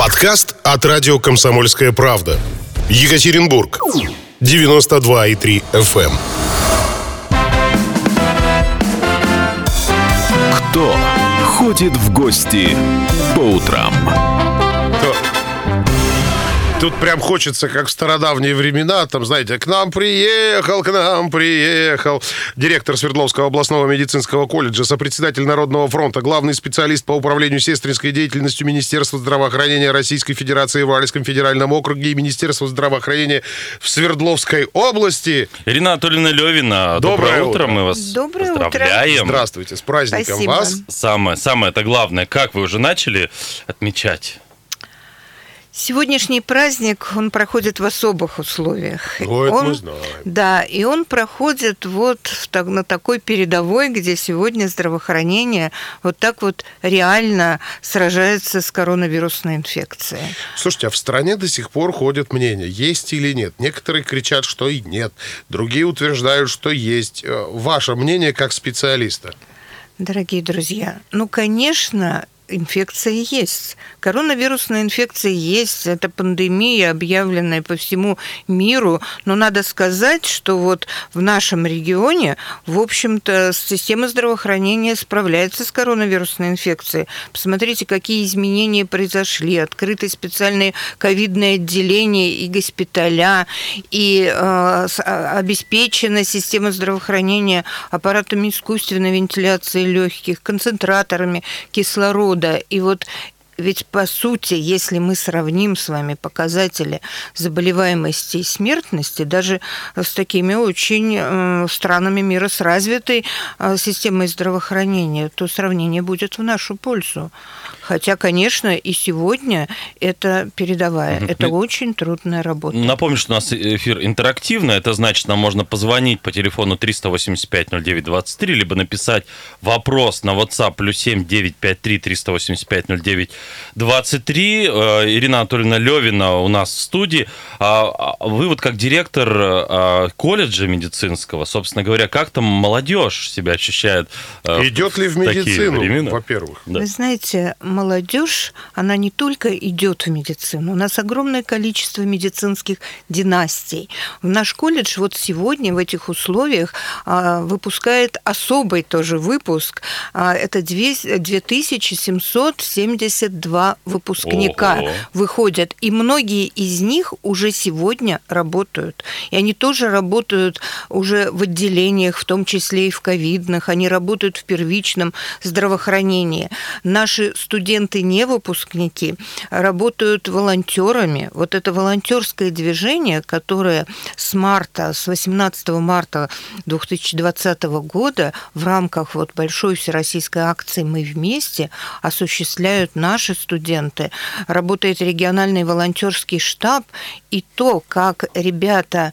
Подкаст от радио «Комсомольская правда». Екатеринбург. 92,3 FM. Кто ходит в гости по утрам? Тут прям хочется, как в стародавние времена, там, знаете, к нам приехал. Директор Свердловского областного медицинского колледжа, сопредседатель Народного фронта, главный специалист по управлению сестринской деятельностью Министерства здравоохранения Российской Федерации в Уральском федеральном округе и Министерства здравоохранения в Свердловской области. Ирина Анатольевна Левина, доброе утро. Мы вас поздравляем. Здравствуйте, с праздником. Спасибо. Вас. Самое-то главное, как вы уже начали отмечать? Сегодняшний праздник, он проходит в особых условиях. Это мы знаем. Да, и он проходит на такой передовой, где сегодня здравоохранение вот так вот реально сражается с коронавирусной инфекцией. Слушайте, а в стране до сих пор ходят мнения, есть или нет. Некоторые кричат, что и нет. Другие утверждают, что есть. Ваше мнение как специалиста? Дорогие друзья, конечно, инфекция есть. Коронавирусная инфекция есть. Это пандемия, объявленная по всему миру. Но надо сказать, что вот в нашем регионе, в общем-то, система здравоохранения справляется с коронавирусной инфекцией. Посмотрите, какие изменения произошли. Открыты специальные ковидные отделения и госпиталя, и обеспечена система здравоохранения аппаратами искусственной вентиляции легких, концентраторами кислорода. И вот ведь, по сути, если мы сравним с вами показатели заболеваемости и смертности, даже с такими очень странами мира с развитой системой здравоохранения, то сравнение будет в нашу пользу. Хотя, конечно, и сегодня это передовая. Это очень трудная работа. Напомню, что у нас эфир интерактивный. Это значит, нам можно позвонить по телефону 385-09-23, либо написать вопрос на WhatsApp +7 953 385 09-23. Ирина Анатольевна Левина у нас в студии. Вы вот как директор колледжа медицинского, собственно говоря, как там молодежь себя ощущает? Идет ли в медицину, во-первых? Да. Вы знаете, молодежь, она не только идет в медицину, у нас огромное количество медицинских династий. Наш колледж вот сегодня в этих условиях выпускает особый тоже выпуск. Это 2772 выпускника выходят, и многие из них уже сегодня работают. И они тоже работают уже в отделениях, в том числе и в ковидных, они работают в первичном здравоохранении. Наши студенты, не выпускники, работают волонтерами. Вот это волонтерское движение, которое с 18 марта 2020 года в рамках вот большой всероссийской акции «Мы вместе» осуществляют наши студенты. Работает региональный волонтерский штаб, и то, как ребята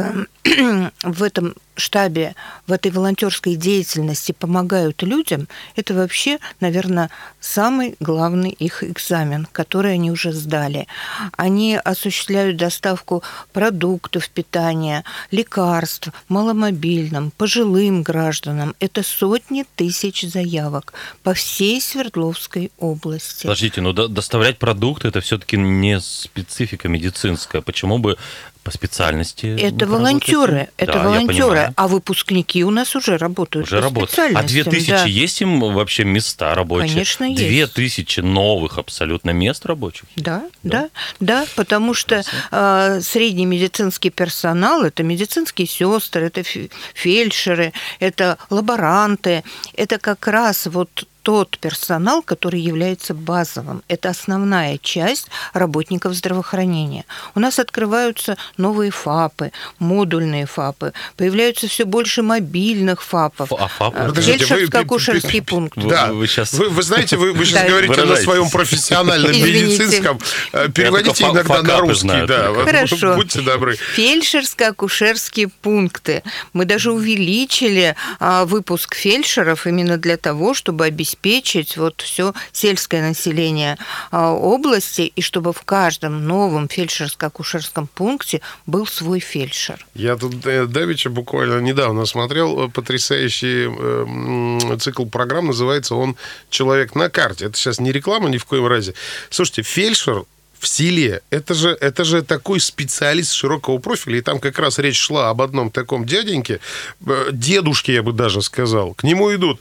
в этом штабе, в этой волонтерской деятельности помогают людям, это вообще, наверное, самый главный их экзамен, который они уже сдали. Они осуществляют доставку продуктов питания, лекарств маломобильным, пожилым гражданам. Это сотни тысяч заявок по всей Свердловской области. Подождите, но доставлять продукты – это все-таки не специфика медицинская. Почему бы по специальности? Это волонтеры, а выпускники у нас уже работают по специальности. А 2000 есть им вообще места рабочие? Конечно, есть. 2000 новых абсолютно мест рабочих? Да, потому что средний медицинский персонал – это медицинские сестры, это фельдшеры, это лаборанты, это как раз вот тот персонал, который является базовым. Это основная часть работников здравоохранения. У нас открываются новые ФАПы, модульные ФАПы, появляются все больше мобильных ФАПов. Фельдшерско-акушерский пункт. Да, вы знаете, вы сейчас говорите на своем профессиональном медицинском. Переводите иногда на русский. Хорошо. Будьте добры. Фельдшерско-акушерские пункты. Мы даже увеличили выпуск фельдшеров именно для того, чтобы обеспечить вот все сельское население области, и чтобы в каждом новом фельдшерско-акушерском пункте был свой фельдшер. Я тут давеча буквально недавно смотрел потрясающий цикл программ, называется он «Человек на карте». Это сейчас не реклама ни в коем разе. Слушайте, фельдшер в селе. Это же такой специалист широкого профиля. И там как раз речь шла об одном таком дяденьке, дедушке, я бы даже сказал. К нему идут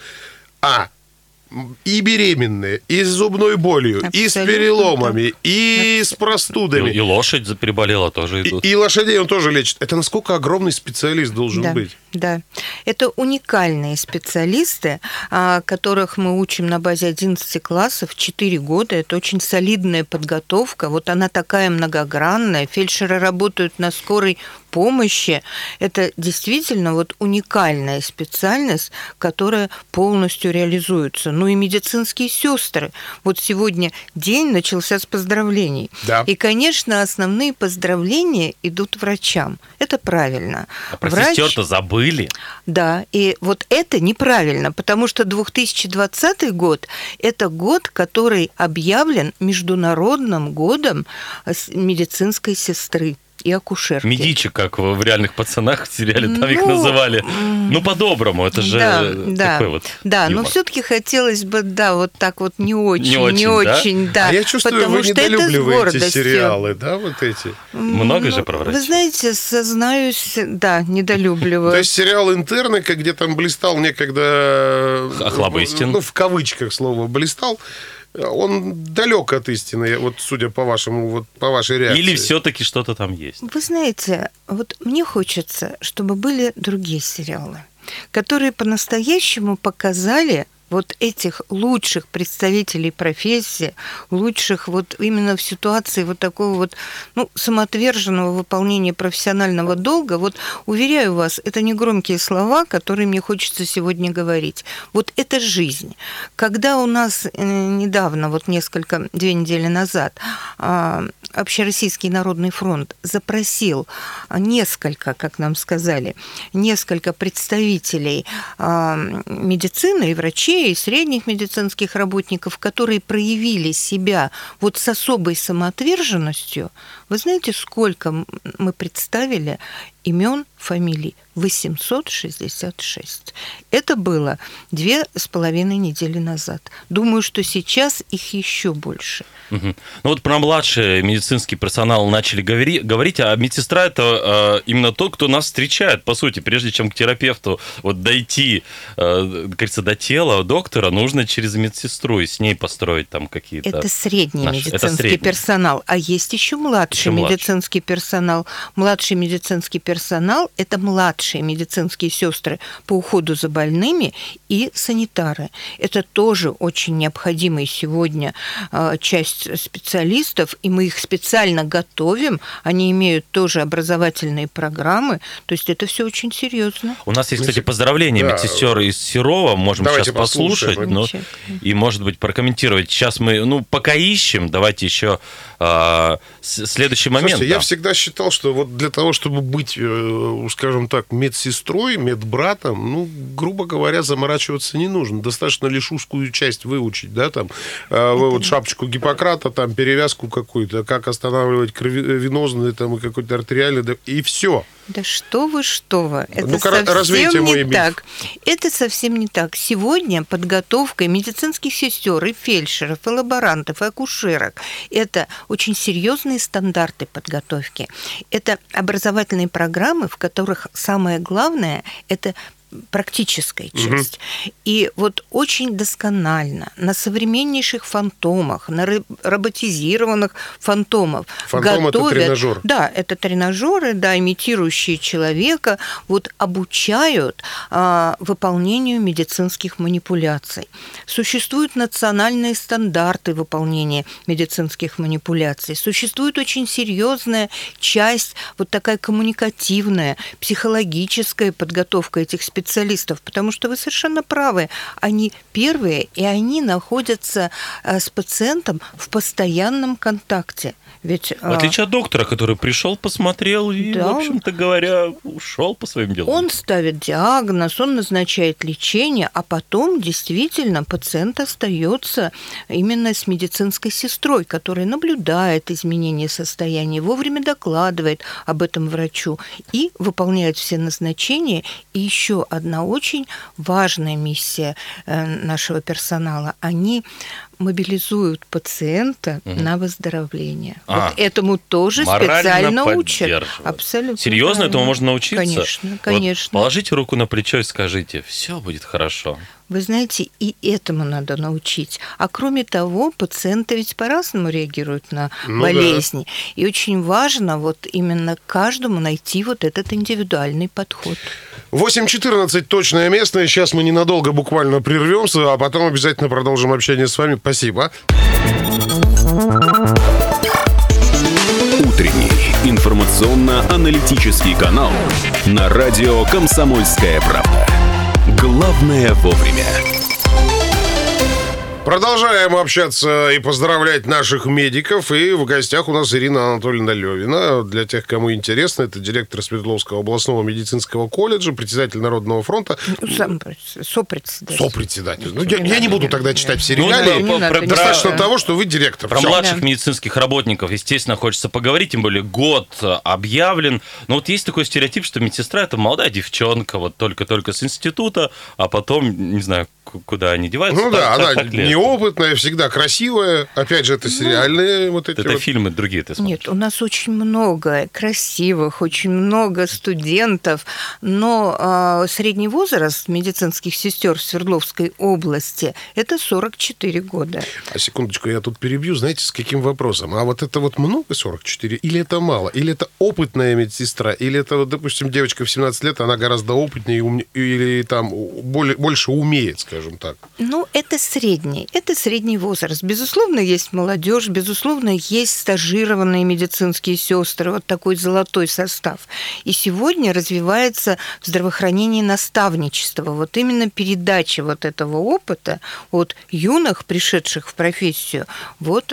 и беременные, и с зубной болью, абсолютно, и с переломами, да, и с простудами. И лошадь переболела, тоже идут. И лошадей он тоже лечит. Это насколько огромный специалист должен быть? Да, это уникальные специалисты, которых мы учим на базе 11 классов 4 года. Это очень солидная подготовка. Вот она такая многогранная. Фельдшеры работают на скорой помощи. Это действительно вот уникальная специальность, которая полностью реализуется. Ну и медицинские сестры. Вот сегодня день начался с поздравлений. Да. И, конечно, основные поздравления идут врачам. Это правильно. А про сестер-то забыли. Да, и вот это неправильно, потому что 2020 год – это год, который объявлен Международным годом медицинской сестры и акушерки. Медичи, как в «Реальных пацанах» в сериале, там их называли. Ну, по-доброму, это же такой вот да, но все-таки хотелось бы, вот так вот не очень, да. А я чувствую, вы недолюбливаете сериалы, да, вот эти? Много же про врачей. Вы знаете, сознаюсь, да, недолюбливаю. То есть сериал «Интерны», где там блистал некогда... Охлобыстин. Ну, в кавычках слово «блистал», он далек от истины, вот судя по вашей реакции. Или все-таки что-то там есть? Вы знаете, вот мне хочется, чтобы были другие сериалы, которые по-настоящему показали вот этих лучших представителей профессии, лучших вот именно в ситуации вот такого вот, самоотверженного выполнения профессионального долга. Вот, уверяю вас, это не громкие слова, которые мне хочется сегодня говорить. Вот это жизнь. Когда у нас недавно, 2 недели назад, Общероссийский народный фронт запросил несколько представителей медицины и врачей, и средних медицинских работников, которые проявили себя вот с особой самоотверженностью. Вы знаете, сколько мы представили имен, фамилий? 866. Это было 2,5 недели назад. Думаю, что сейчас их еще больше. Угу. Ну вот про младший медицинский персонал начали говорить, а медсестра – это именно тот, кто нас встречает, по сути. Прежде чем к терапевту дойти, кажется, до тела доктора, нужно через медсестру и с ней построить там какие-то... Это средний медицинский персонал. А есть еще младший медицинский персонал. Младший медицинский персонал – это младшие медицинские сестры по уходу за больными и санитары. Это тоже очень необходимая сегодня часть специалистов, и мы их специально готовим. Они имеют тоже образовательные программы. То есть это все очень серьезно. У нас есть, кстати, поздравления медсестер из Серова. Можем сейчас послушать, и, может быть, прокомментировать. Сейчас мы, пока ищем, давайте еще следующий момент. Слушайте, я всегда считал, что вот для того, чтобы быть, скажем так, медсестрой, медбратом, грубо говоря, заморачиваться не нужно. Достаточно лишь узкую часть выучить, да, там, шапочку Гиппократа, там, перевязку какую-то, как останавливать кровеносные, там, и какой-то артериальный, и все. Да что вы. Это совсем не так. Это совсем не так. Сегодня подготовка медицинских сестер, и фельдшеров, и лаборантов, и акушерок – это очень серьезные стандарты подготовки. Это образовательные программы, в которых самое главное – это практическая часть. Угу. И вот очень досконально на современнейших фантомах, на роботизированных фантомов готовят... это тренажер. Да, это тренажеры, имитирующие человека, обучают выполнению медицинских манипуляций. Существуют национальные стандарты выполнения медицинских манипуляций. Существует очень серьезная часть, такая коммуникативная, психологическая подготовка этих специалистов, потому что вы совершенно правы. Они первые, и они находятся с пациентом в постоянном контакте. Ведь, в отличие от доктора, который пришел, посмотрел и, в общем-то говоря, ушел по своим делам. Он ставит диагноз, он назначает лечение, а потом действительно пациент остается именно с медицинской сестрой, которая наблюдает изменения состояния, вовремя докладывает об этом врачу и выполняет все назначения. И еще одна очень важная миссия нашего персонала. Они мобилизуют пациента на выздоровление. Вот этому тоже специально учат. Абсолютно. Серьезно, правильно. Этому можно научиться? Конечно, конечно. Вот положите руку на плечо и скажите, все будет хорошо. Вы знаете, и этому надо научить. А кроме того, пациенты ведь по-разному реагируют на болезни. Да. И очень важно вот именно каждому найти вот этот индивидуальный подход. 8:14 точное место. Сейчас мы ненадолго буквально прервемся, а потом обязательно продолжим общение с вами. Спасибо. Утренний информационно-аналитический канал на радио «Комсомольская правда». Главное вовремя. Продолжаем общаться и поздравлять наших медиков. И в гостях у нас Ирина Анатольевна Левина. Для тех, кому интересно, это директор Свердловского областного медицинского колледжа, председатель Народного фронта. Сопредседатель. Сопредседатель. Ну, я не буду тогда читать все регалии. Достаточно того, что вы директор. Про младших медицинских работников, естественно, хочется поговорить, тем более год объявлен. Но вот есть такой стереотип, что медсестра – это молодая девчонка, вот только-только с института, а потом, не знаю, куда они деваются. Ну да, она неопытная, всегда красивая. Опять же, это сериальные вот эти. Это вот фильмы другие ты смотришь. Нет, у нас очень много красивых, очень много студентов, но средний возраст медицинских сестер в Свердловской области – это 44 года. А секундочку, я тут перебью, знаете, с каким вопросом? А вот это вот много 44? Или это мало? Или это опытная медсестра? Или это, вот, допустим, девочка в 17 лет, она гораздо опытнее или там больше умеет, скажем так? Ну, это средний возраст. Безусловно, есть молодежь, безусловно, есть стажированные медицинские сестры, вот такой золотой состав. И сегодня развивается в здравоохранении наставничество. Вот именно передача вот этого опыта от юных, пришедших в профессию, вот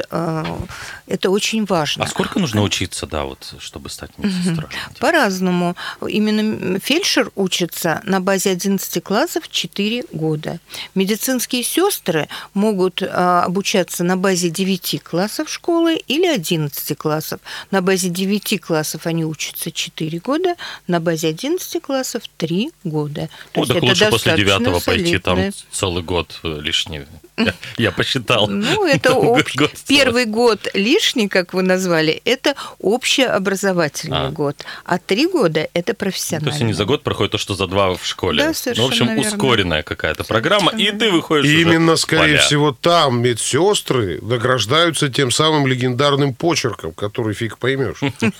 это очень важно. А сколько нужно учиться, чтобы стать медсестрой? По-разному. Именно фельдшер учится на базе 11 классов 4 года. Медицинские сестры могут обучаться на базе 9 классов школы или 11 классов. На базе 9 классов они учатся 4 года, на базе 11 классов 3 года. Так лучше после 9-го пойти там целый год лишний. Я посчитал. Ну, это первый год лишний, как вы назвали, это общеобразовательный год, а 3 года это профессиональный. То есть не за год проходит то, что за 2 в школе. Да, совершенно в общем, верно. Ускоренная какая-то программа, и ты выходишь уже именно, скорее всего, там медсестры награждаются тем самым легендарным почерком, который фиг поймешь.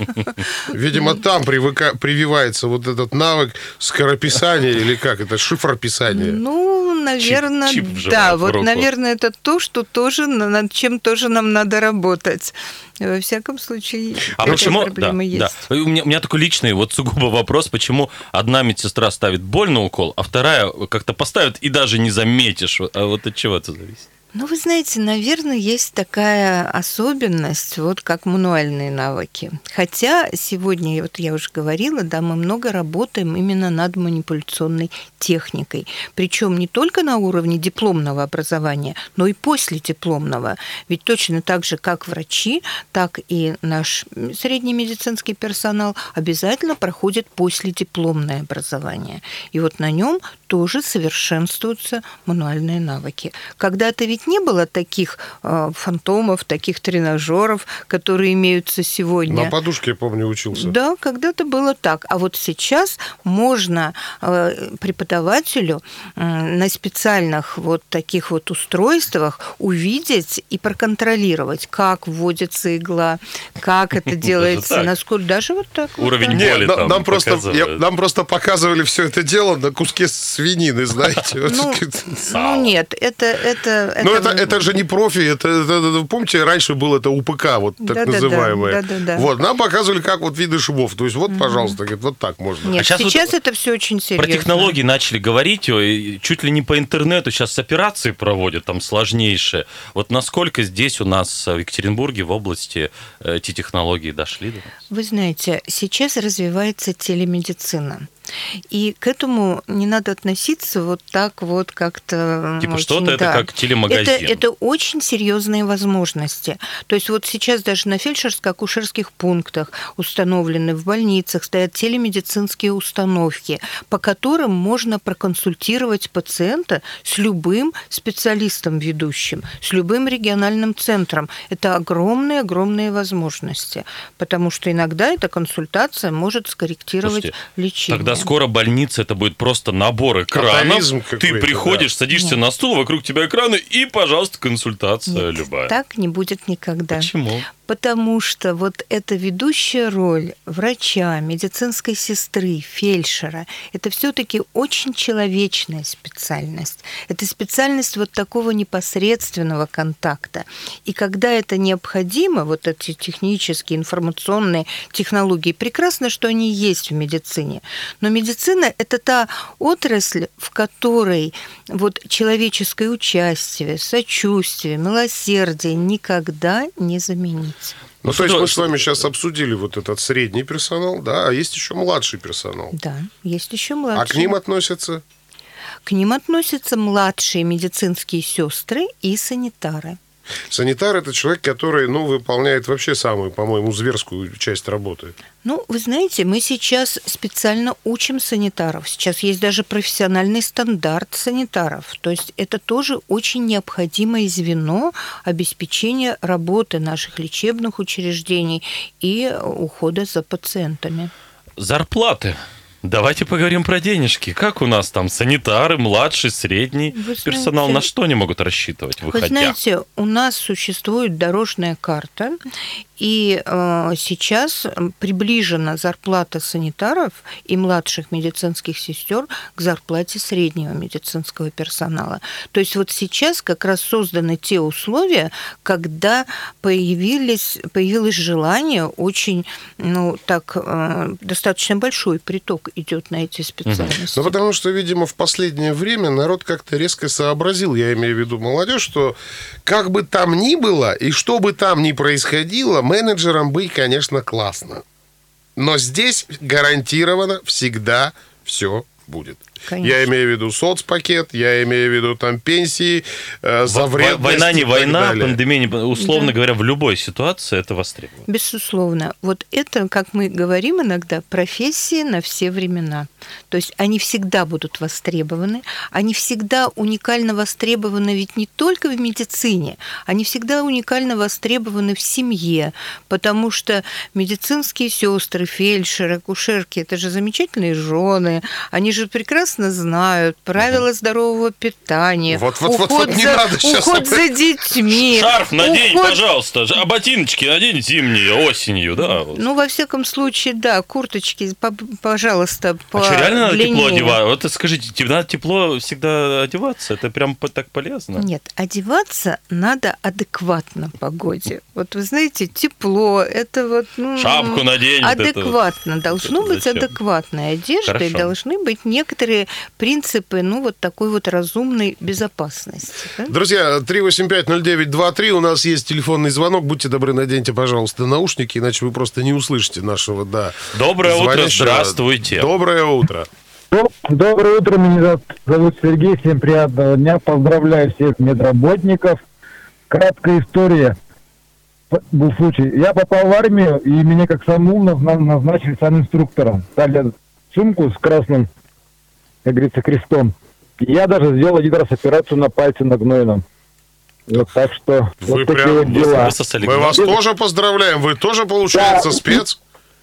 Видимо, там прививается вот этот навык скорописания, или как это, шифрописания. Ну, наверное, да. Вот, наверное, это то, что тоже, над чем тоже нам надо работать. Во всяком случае, проблемы есть. Да. У меня такой личный, сугубо вопрос, почему одна медсестра ставит боль на укол, а вторая как-то поставит и даже не заметишь. А вот от чего это зависит? Ну, вы знаете, наверное, есть такая особенность, как мануальные навыки. Хотя сегодня, я уже говорила, мы много работаем именно над манипуляционной техникой. Причем не только на уровне дипломного образования, но и после дипломного. Ведь точно так же, как врачи, так и наш средний медицинский персонал обязательно проходит последипломное образование. И на нем тоже совершенствуются мануальные навыки. Когда-то ведь не было таких фантомов, таких тренажеров, которые имеются сегодня. На подушке, я помню, учился. Да, когда-то было так. А вот сейчас можно преподавателю на специальных таких устройствах увидеть и проконтролировать, как вводится игла, как это делается, насколько даже так. Уровень боли там нам просто показывали все это дело на куске свинины, знаете. Ну нет, это же не профи, это помните, раньше было это УПК, так называемое. Да. Нам показывали, как виды швов. То есть, пожалуйста, вот так можно. Нет, сейчас это все очень серьезно. Про технологии начали говорить, чуть ли не по интернету сейчас операции проводят, там сложнейшие. Насколько здесь у нас в Екатеринбурге, в области, эти технологии дошли до нас? Вы знаете, сейчас развивается телемедицина. И к этому не надо относиться так как-то... Что-то это как телемагазин. магазин. Это очень серьезные возможности. То есть вот сейчас даже на фельдшерско-акушерских пунктах установлены, в больницах стоят телемедицинские установки, по которым можно проконсультировать пациента с любым специалистом ведущим, с любым региональным центром. Это огромные возможности, потому что иногда эта консультация может скорректировать лечение. Тогда скоро больница это будет просто набор экранов. Ты приходишь, садишься на стул, вокруг тебя экраны, и, пожалуйста, консультация любая. Так не будет никогда. Почему? Потому что вот эта ведущая роль врача, медицинской сестры, фельдшера, это все-таки очень человечная специальность. Это специальность вот такого непосредственного контакта. И когда это необходимо, вот эти технические, информационные технологии, прекрасно, что они есть в медицине. Но медицина – это та отрасль, в которой вот человеческое участие, сочувствие, милосердие никогда не заменить. Ну, то есть мы с вами сейчас обсудили вот этот средний персонал, да, а есть еще младший персонал. Да, есть еще младший. А к ним относятся? К ним относятся младшие медицинские сестры и санитары. Санитар – это человек, который, выполняет вообще самую, по-моему, зверскую часть работы. Вы знаете, мы сейчас специально учим санитаров. Сейчас есть даже профессиональный стандарт санитаров. То есть это тоже очень необходимое звено обеспечения работы наших лечебных учреждений и ухода за пациентами. Зарплаты. Давайте поговорим про денежки. Как у нас там санитары, младший, средний персонал, на что они могут рассчитывать, выходя? Вы знаете, у нас существует дорожная карта, и сейчас приближена зарплата санитаров и младших медицинских сестер к зарплате среднего медицинского персонала. То есть вот сейчас как раз созданы те условия, когда появилось желание очень, достаточно большой приток идет на эти специальности. Потому что, видимо, в последнее время народ как-то резко сообразил, я имею в виду молодежь, что как бы там ни было и что бы там ни происходило, менеджером быть, конечно, классно. Но здесь гарантированно всегда все будет. Конечно. Я имею в виду соцпакет, я имею в виду там пенсии, за вредность. Война не война, пандемия не... Условно говоря, в любой ситуации это востребовано. Безусловно. Вот это, как мы говорим иногда, профессии на все времена. То есть они всегда будут востребованы, они всегда уникально востребованы ведь не только в медицине, они всегда уникально востребованы в семье, потому что медицинские сестры, фельдшеры, акушерки – это же замечательные жены, они же прекрасно знают правила здорового питания, уход за детьми. Шарф надень, пожалуйста, а ботиночки надень зимние, осенью, да? Во всяком случае, да, курточки, пожалуйста, по реально надо длиннее. Тепло одеваться? Вот скажите, надо тепло всегда одеваться? Это прям так полезно? Нет, одеваться надо адекватно погоде. Вот вы знаете, тепло, это вот... Шапку надень. Адекватно. Должно быть адекватная одежда, хорошо. И должны быть некоторые принципы, такой вот разумной безопасности. Да? Друзья, 3850923, у нас есть телефонный звонок. Будьте добры, наденьте, пожалуйста, наушники, иначе вы просто не услышите нашего, Доброе утро, здравствуйте. Доброе утро. Доброе утро, меня зовут Сергей, всем приятного дня. Поздравляю всех медработников. Краткая история. Был случай. Я попал в армию, и меня как самоумно назначили санинструктором. Дали сумку с красным, как говорится, крестом. И я даже сделал один раз операцию на пальце на гнойном. Вот так что вы вот такие вот дела. Мы вас тоже поздравляем. Вы тоже, получается, спец?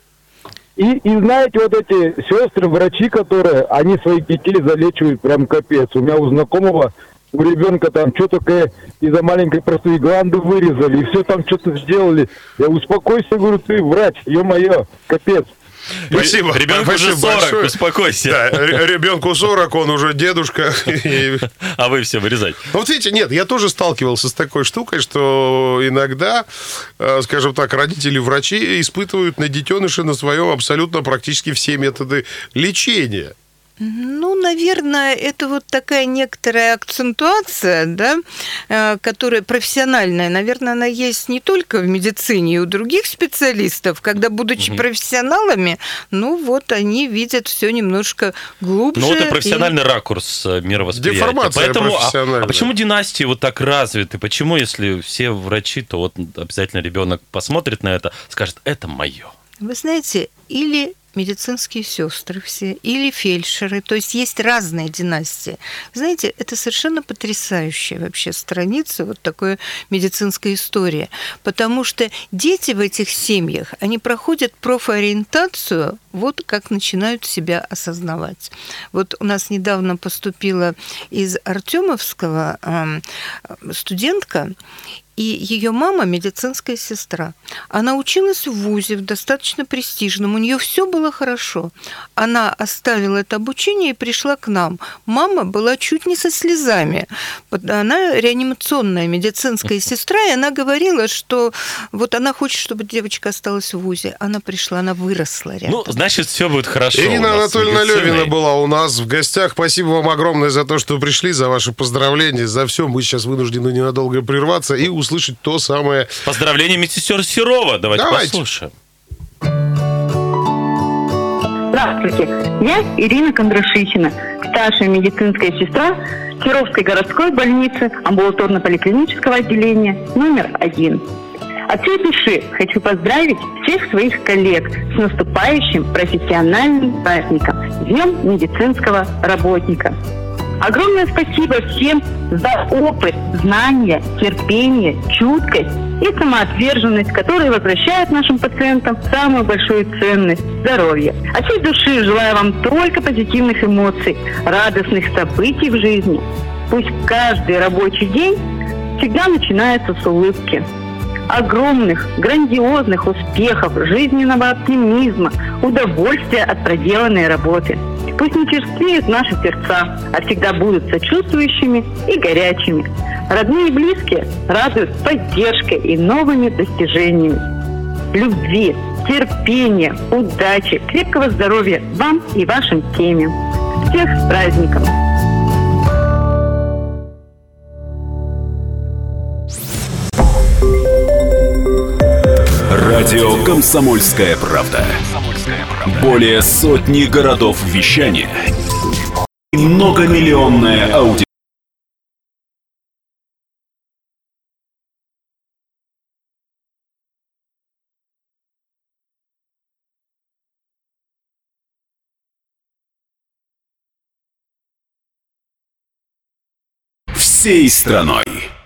И знаете, вот эти сестры, врачи, которые, они своих детей залечивают прям капец. У меня у знакомого, у ребенка там что только из-за маленькой простой гланды вырезали, и все там что-то сделали. Я успокойся, говорю, ты врач, ё-моё, капец. Спасибо. Ребенку уже 40, большое. Успокойся. Да, ребенку 40, он уже дедушка. А вы все вырезать. Вот видите, нет, я тоже сталкивался с такой штукой, что иногда, скажем так, родители-врачи испытывают на детеныше на своем абсолютно практически все методы лечения. Ну, наверное, это вот такая некоторая акцентуация, да, которая профессиональная. Наверное, она есть не только в медицине и у других специалистов, когда, будучи профессионалами, ну вот они видят все немножко глубже. Ну, вот и профессиональный ракурс мировосприятия. Деформация Поэтому, профессиональная. а почему династии вот так развиты? Почему, если все врачи, то вот обязательно ребенок посмотрит на это, скажет, это мое? Вы знаете, или медицинские сестры все, или фельдшеры. То есть есть разные династии. Знаете, это совершенно потрясающая вообще страница, вот такая медицинская история. Потому что дети в этих семьях, они проходят профориентацию, вот как начинают себя осознавать. Вот у нас недавно поступила из Артемовского студентка, и ее мама медицинская сестра. Она училась в вузе, в достаточно престижном. У нее все было хорошо. Она оставила это обучение и пришла к нам. Мама была чуть не со слезами. Она реанимационная медицинская сестра, и она говорила, что вот она хочет, чтобы девочка осталась в вузе. Она пришла, она выросла рядом. Ну, значит, все будет хорошо. Ирина Анатольевна Левина была у нас в гостях. Спасибо вам огромное за то, что пришли, за ваши поздравления, за все. Мы сейчас вынуждены ненадолго прерваться и услышать то самое. Поздравления медсестер Серова. Давайте послушаем. Здравствуйте, я Ирина Кондрашихина, старшая медицинская сестра Серовской городской больницы амбулаторно-поликлинического отделения номер 1. От всей души хочу поздравить всех своих коллег с наступающим профессиональным праздником – Днем медицинского работника. Огромное спасибо всем за опыт, знания, терпение, чуткость и самоотверженность, которые возвращают нашим пациентам самую большую ценность – здоровье. От всей души желаю вам только позитивных эмоций, радостных событий в жизни. Пусть каждый рабочий день всегда начинается с улыбки. Огромных, грандиозных успехов, жизненного оптимизма, удовольствия от проделанной работы. Пусть не черствеют наши сердца, а всегда будут сочувствующими и горячими. Родные и близкие радуют поддержкой и новыми достижениями. Любви, терпения, удачи, крепкого здоровья вам и вашим семьям. Всех с праздником! Радио «Комсомольская правда». Более сотни городов вещания и многомиллионная аудитория. Всей страной.